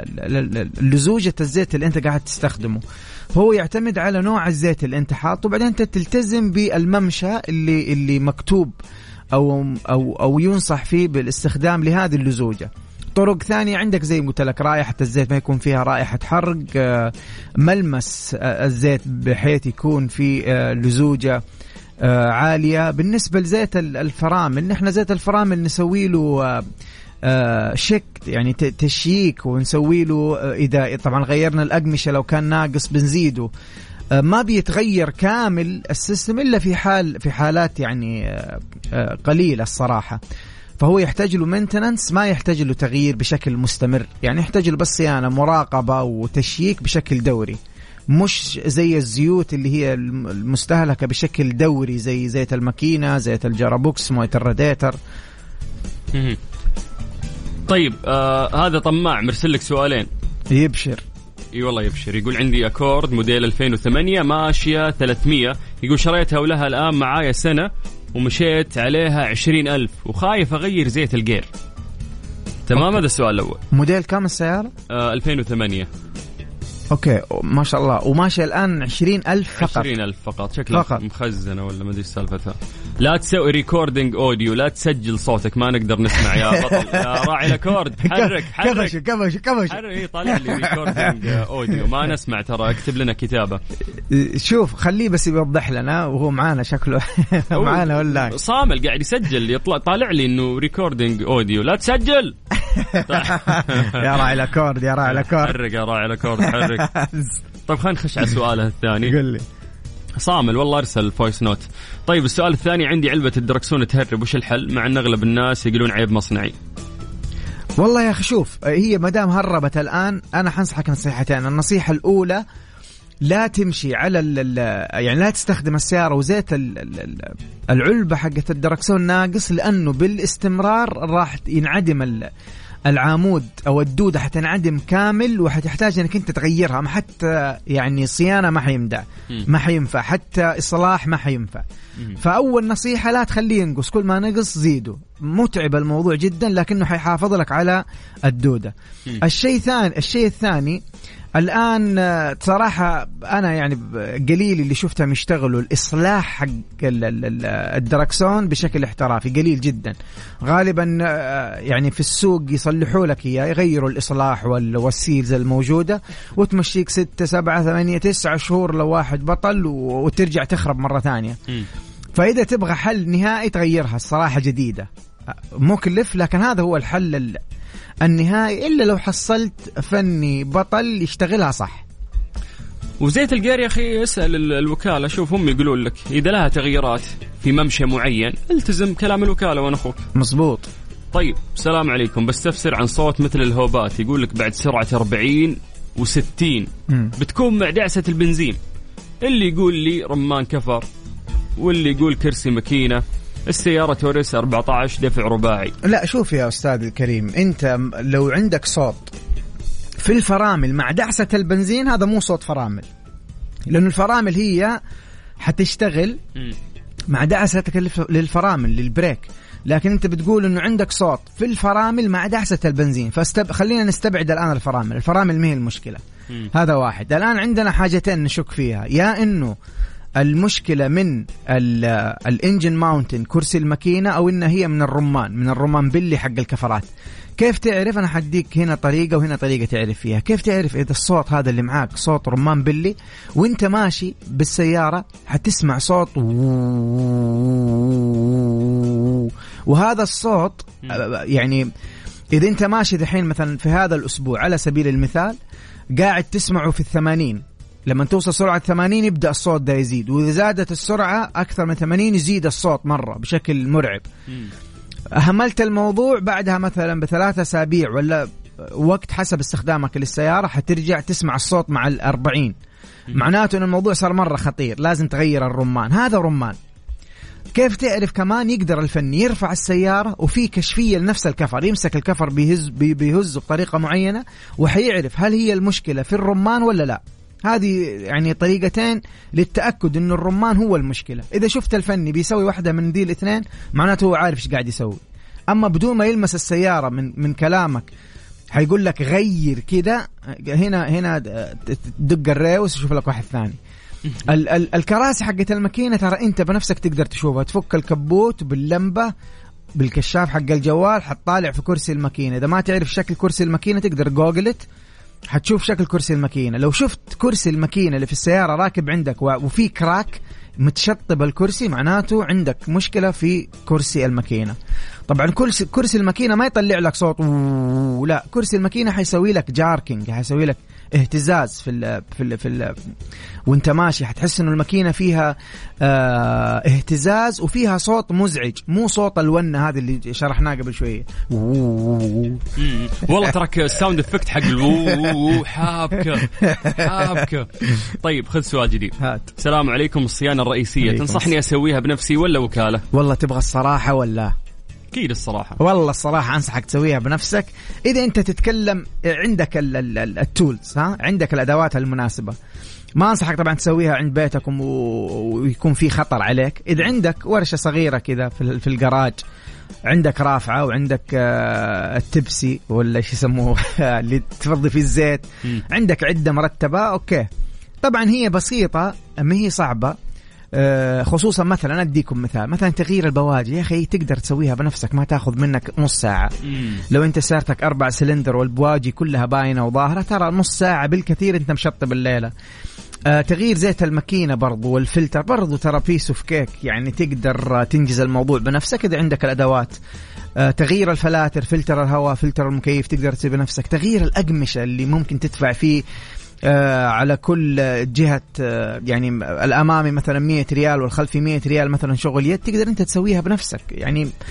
S5: لزوجة الزيت اللي انت قاعد تستخدمه. هو يعتمد على نوع الزيت اللي انت حاطه، وبعدين انت تلتزم بالممشى اللي اللي مكتوب او او او ينصح فيه بالاستخدام لهذه اللزوجة. طرق ثانية عندك زي ما قلت لك، رائحة الزيت ما يكون فيها رائحة حرق، ملمس الزيت بحيث يكون في لزوجة عالية. بالنسبة لزيت الفرامل، نحن زيت الفرامل نسوي له شك، يعني تشييك، ونسوي له إذا طبعا غيرنا الأقمشة لو كان ناقص بنزيده. ما بيتغير كامل السيستم إلا في حال في حالات يعني قليلة الصراحة. فهو يحتاج له مينتننس، ما يحتاج له تغيير بشكل مستمر، يعني يحتاج له بس صيانة، مراقبة وتشييك بشكل دوري، مش زي الزيوت اللي هي المستهلكة بشكل دوري زي زيت الماكينة، زيت الجرابوكس، موية الراديتر.
S2: طيب آه هذا طماع مرسل لك سؤالين.
S5: يبشر.
S2: اي والله يبشر. يقول عندي أكورد موديل ألفين وثمانية ماشية ثلاثمية، يقول شريتها ولها الآن معايا سنة ومشيت عليها عشرين ألف وخايف أغير زيت الجير. تمام. هذا السؤال الأول.
S5: موديل كام السيارة؟
S2: آه ألفين وثمانية.
S5: أوكي ما شاء الله، وماشي الآن عشرين ألف فقط.
S2: عشرين ألف فقط، شكلها فقط. مخزنة ولا ما أدري سالفتها. لا تسوي ريكوردينج أوديو، لا تسجل صوتك، ما نقدر نسمع يا بطل يا راعي الأكورد. حرك حرك
S5: كبش كبش كبش
S2: حرك. طالع لي ريكوردينج أوديو ما نسمع، ترى اكتب لنا كتابة.
S5: شوف خليه بس يوضح لنا وهو معانا شكله معانا ولا
S2: صامل قاعد يسجل، يطلع طالع لي إنه ريكوردينج أوديو. لا تسجل
S5: يا راعي الأكورد، يا راعي الأكورد،
S2: حرك يا راعي الأكورد حرك. طيب خلينا نخش على سؤاله الثاني.
S5: قل لي.
S2: صامل والله أرسل فويس نوت. طيب السؤال الثاني عندي، علبة الدركسون تهرب، وش الحل مع أن أغلب الناس يقولون عيب مصنعي؟
S5: والله يا أخي شوف، هي مدام هربت الآن أنا حنصحك نصيحتين. النصيحة الأولى لا تمشي على ال يعني لا تستخدم السيارة وزيت العلبة حقت الدركسون ناقص، لأنه بالاستمرار راح ينعدم العامود أو الدودة حتنعدم كامل، وحتحتاج أنك أنت تغيرها، ما حتى يعني صيانة ما حيمدع ما حينفع، حتى إصلاح ما حينفع. فأول نصيحة لا تخليه ينقص، كل ما نقص زيده. متعب الموضوع جدا لكنه حيحافظ لك على الدودة. الشيء الثاني الشيء الثاني الآن صراحة أنا يعني قليل اللي شفتهم يشتغلوا الإصلاح حق الدركسون بشكل احترافي، قليل جدا. غالبا يعني في السوق يصلحوا لك إياه، يغيروا الإصلاح والسيلز الموجودة وتمشيك ستة سبعة ثمانية تسعة شهور لو واحد بطل وترجع تخرب مرة ثانية. فإذا تبغى حل نهائي تغيرها الصراحة جديدة، مكلف لكن هذا هو الحل النهائي، إلا لو حصلت فني بطل يشتغلها صح.
S2: وزيت القير يا أخي اسأل الوكالة، شوف هم يقولون لك إذا لها تغييرات في ممشى معين التزم كلام الوكالة وأنا أخوك.
S5: مزبوط.
S2: طيب السلام عليكم، بستفسر عن صوت مثل الهوبات، يقول لك بعد سرعة أربعين وستين بتكون مع دعسة البنزين، اللي يقول لي رمان كفر واللي يقول كرسي ماكينة، السيارة تورس أربعة عشر دفع رباعي.
S5: لا شوف يا أستاذ الكريم، أنت لو عندك صوت في الفرامل مع دعسة البنزين هذا مو صوت فرامل، لأن الفرامل هي حتشتغل مع دعستك للفرامل للبريك، لكن أنت بتقول أنه عندك صوت في الفرامل مع دعسة البنزين. فخلينا نستبعد الآن الفرامل، الفرامل ما هي المشكلة. هذا واحد. الآن عندنا حاجتين نشك فيها، يا أنه المشكلة من الانجن ماونتن كرسي الماكينة، أو إنها هي من الرمان من الرمان بلي حق الكفرات. كيف تعرف؟ أنا حديك هنا طريقة وهنا طريقة تعرف فيها. كيف تعرف إذا الصوت هذا اللي معاك صوت رمان بلي وإنت ماشي بالسيارة حتسمع صوت وهذا الصوت يعني إذا أنت ماشي دحين مثلا في هذا الأسبوع على سبيل المثال قاعد تسمعه في الثمانين، لما توصل سرعة ثمانين يبدأ الصوت ده يزيد، وإذا زادت السرعة أكثر من ثمانين يزيد الصوت مرة بشكل مرعب. أهملت الموضوع بعدها مثلا بثلاثة أسابيع ولا وقت حسب استخدامك للسيارة حترجع تسمع الصوت مع الأربعين، معناته أن الموضوع صار مرة خطير، لازم تغير الرمان. هذا رمان. كيف تعرف كمان؟ يقدر الفني يرفع السيارة وفي كشفية لنفس الكفر، يمسك الكفر بيهز بيهزه بطريقة معينة وحيعرف هل هي المشكلة في الرمان ولا لا. هذه يعني طريقتين للتأكد إنه الرمان هو المشكلة. إذا شفت الفني بيسوي واحدة من دي الاثنين معناته هو عارف إيش قاعد يسوي. أما بدون ما يلمس السيارة من من كلامك هيقول لك غير كده، هنا هنا دق الريوس وشوف لك واحد ثاني. ال ال الكراسي حقت الماكينة ترى أنت بنفسك تقدر تشوفها، تفك الكبوت باللمبة بالكشاف حق الجوال حتطالع في كرسي الماكينة. إذا ما تعرف شكل كرسي الماكينة تقدر جوجلت حتشوف شكل كرسي الماكينة. لو شفت كرسي الماكينة اللي في السيارة راكب عندك وفي كراك متشطب الكرسي معناته عندك مشكلة في كرسي الماكينة. طبعا كرسي كرسي الماكينة ما يطلع لك صوت لا، كرسي الماكينة حيسوي لك جاركينج، حيسوي لك اهتزاز في ال في ال في ال وانت ماشي، حتحس انه الماكينة فيها اه اهتزاز وفيها صوت مزعج، مو صوت الونة هذا اللي شرحناه قبل شوية.
S2: والله ترك الساوند افكت حق الوو حابكة حابكة. طيب خذ سؤال جديد.
S5: هات.
S2: السلام عليكم، الصيانة الرئيسية تنصحني اسويها بنفسي ولا وكالة؟
S5: والله تبغى الصراحة ولا؟
S2: أكيد الصراحة.
S5: والله الصراحة أنصحك تسويها بنفسك. إذا أنت تتكلم عندك التولز، ها عندك الأدوات المناسبة، ما أنصحك طبعا تسويها عند بيتكم ويكون في خطر عليك. إذا عندك ورشة صغيرة كذا في الجراج، عندك رافعة وعندك التبسي ولا شو يسموه اللي تفضي فيه الزيت، عندك عدة مرتبة، أوكي. طبعا هي بسيطة ما هي صعبة، خصوصا مثلا أديكم مثال، مثلا تغيير البواجي يا أخي تقدر تسويها بنفسك، ما تأخذ منك نص ساعة. مم. لو أنت سيارتك أربع سلندر والبواجي كلها باينة وظاهرة ترى نص ساعة بالكثير أنت مشطب الليلة. آه تغيير زيت الماكينة برضو والفلتر برضو ترى بيس اوف كيك، يعني تقدر تنجز الموضوع بنفسك إذا عندك الأدوات. آه تغيير الفلاتر، فلتر الهواء، فلتر المكيف تقدر تسوي بنفسك. تغيير الأقمشة اللي ممكن تدفع فيه آه على كل جهة، آه يعني الأمامي مثلا مية ريال والخلفي مية ريال مثلا شغل يد، تقدر أنت تسويها بنفسك. يعني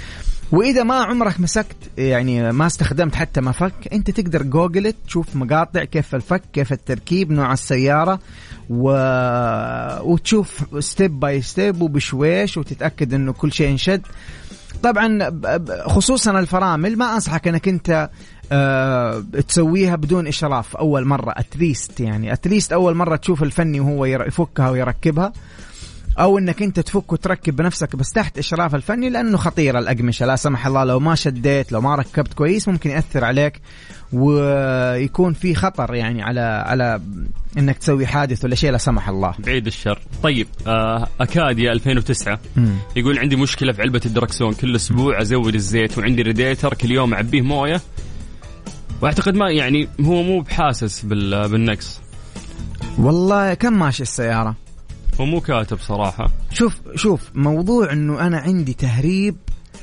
S5: وإذا ما عمرك مسكت يعني ما استخدمت حتى مفك، أنت تقدر جوجلت تشوف مقاطع كيف الفك، كيف التركيب، نوع السيارة، و... وتشوف ستيب باي ستيب وبشويش وتتأكد أنه كل شيء انشد. طبعا خصوصا الفرامل ما أنصحك أنك أنت أه تسويها بدون إشراف أول مرة، أتليست يعني أتليست أول مرة تشوف الفني وهو يفكها ويركبها، أو أنك أنت تفك وتركب بنفسك بس تحت إشراف الفني، لأنه خطيرة الأقمشة لا سمح الله لو ما شديت لو ما ركبت كويس ممكن يأثر عليك ويكون في خطر يعني على على أنك تسوي حادث ولا شيء لا سمح الله.
S2: بعيد الشر. طيب أكاديا ألفين وتسعة مم. يقول عندي مشكلة في علبة الدركسون، كل أسبوع أزود الزيت وعندي ريديتر كل يوم أعبيه موية، وأعتقد ما يعني هو مو بحاسس بالنقص.
S5: والله كم ماشي السيارة؟
S2: هو مو كاتب صراحة.
S5: شوف شوف موضوع انه انا عندي تهريب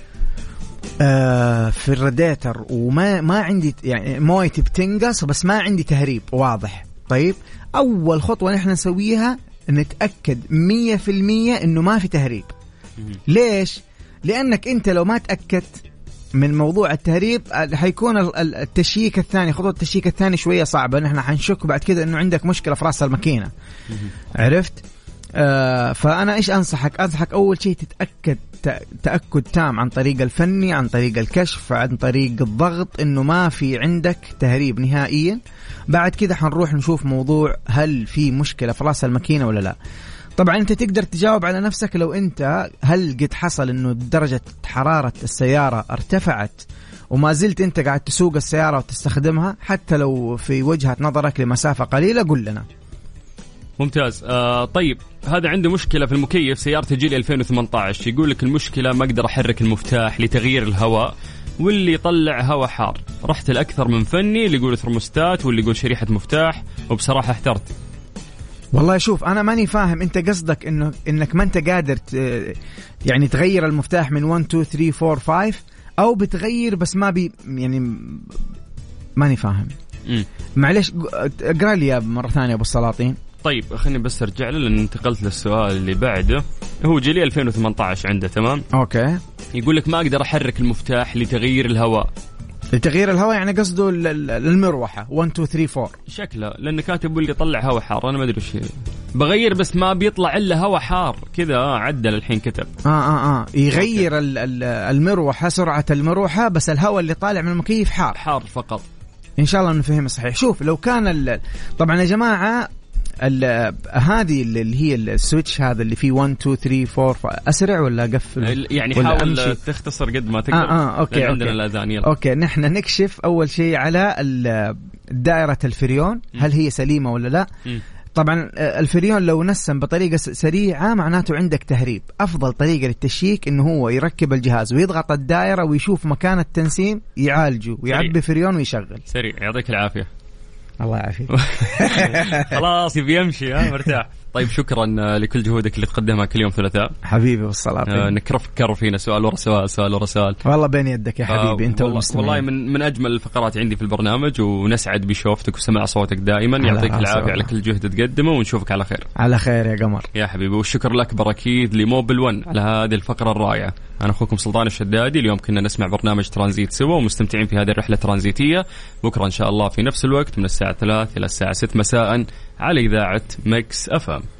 S5: آه في الراديتر وما ما عندي يعني مويتي بتنقص بس ما عندي تهريب واضح. طيب اول خطوة نحن نسويها نتأكد مية في المية انه ما في تهريب. ليش؟ لانك انت لو ما تأكدت من موضوع التهريب حيكون التشيك الثاني خطوة التشيك الثاني شوية صعبة، نحن حنشك بعد كده انه عندك مشكلة في راس الماكينة. عرفت؟ آه فأنا إيش أنصحك؟ أنصحك أول شيء تتأكد تأكد تام عن طريق الفني، عن طريق الكشف، عن طريق الضغط إنه ما في عندك تهريب نهائيا. بعد كده حنروح نشوف موضوع هل في مشكلة في راس الماكينة ولا لا. طبعا أنت تقدر تجاوب على نفسك لو أنت هل قد حصل إنه درجة حرارة السيارة ارتفعت وما زلت أنت قاعد تسوق السيارة وتستخدمها حتى لو في وجهة نظرك لمسافة قليلة، قل لنا.
S2: ممتاز. آه طيب هذا عنده مشكلة في المكيف، سيارته جيل ألفين وثمانية عشر، يقول لك المشكلة ما أقدر أحرك المفتاح لتغيير الهواء واللي يطلع هواء حار، رحت الأكثر من فني اللي يقول ثرموستات واللي يقول شريحة مفتاح، وبصراحة احترت.
S5: والله شوف أنا ماني فاهم أنت قصدك إنه إنك ما أنت قادر يعني تغير المفتاح من واحد اثنين ثلاثة أربعة خمسة أو بتغير بس ما بي يعني ماني فاهم. م. معلش اقرأ لي مرة ثانية أبو السلاطين.
S2: طيب خليني بس ارجع له لان انتقلت للسؤال اللي بعده. هو جيلي ألفين وثمانية عشر عنده تمام.
S5: اوكي.
S2: يقول لك ما اقدر احرك المفتاح لتغيير الهواء.
S5: لتغيير الهواء يعني قصده المروحه واحد اثنين ثلاثة أربعة
S2: شكله، لانه كاتب اللي يطلع هواء حار. انا ما ادري وش بغير بس ما بيطلع الا هواء حار كذا. عدل الحين كتب
S5: اه اه اه يغير المروحه سرعه المروحه بس الهواء اللي طالع من المكيف حار
S2: حار فقط.
S5: ان شاء الله نفهم صحيح. شوف لو كان طبعا يا جماعه هذه اللي هي السويتش هذا اللي فيه واحد اثنين ثلاثة أربعة اسرع ولا اقفل
S2: يعني حاول أمشي؟ تختصر قد ما تقدر.
S5: اه اه اوكي
S2: عندنا الاذان. يلا
S5: اوكي نحن نكشف اول شيء على دائره الفريون هل هي سليمه ولا لا. م. طبعا الفريون لو نسم بطريقه سريعه معناته عندك تهريب. افضل طريقه للتشيك انه هو يركب الجهاز ويضغط الدائره ويشوف مكان التنسيم يعالجه ويعبي فريون ويشغل
S2: سريع. يعطيك العافيه.
S5: الله يعافيك.
S2: خلاص يبي يمشي ها مرتاح. طيب شكرا لكل جهودك اللي تقدمها كل يوم ثلاثاء
S5: حبيبي والصلاة
S2: آه نكرفكر فينا سؤال ورا سؤال سؤال ورا سؤال.
S5: والله بين يدك يا حبيبي.
S2: آه
S5: انت
S2: والله, والله من من اجمل الفقرات عندي في البرنامج ونسعد بشوفتك وسماع صوتك دائما. يعطيك العافيه على كل جهد تقدمه ونشوفك على خير.
S5: على خير يا قمر
S2: يا حبيبي. والشكر الاكبر اكيد لموبل ون على هذه الفقره الرائعه. انا اخوكم سلطان الشدادي. اليوم كنا نسمع برنامج ترانزيت سوا ومستمتعين في هذه الرحله الترانزيتيه. بكره ان شاء الله في نفس الوقت من الساعه ثلاثة الى الساعه ستة مساء على اذاعه ميكس اف ام.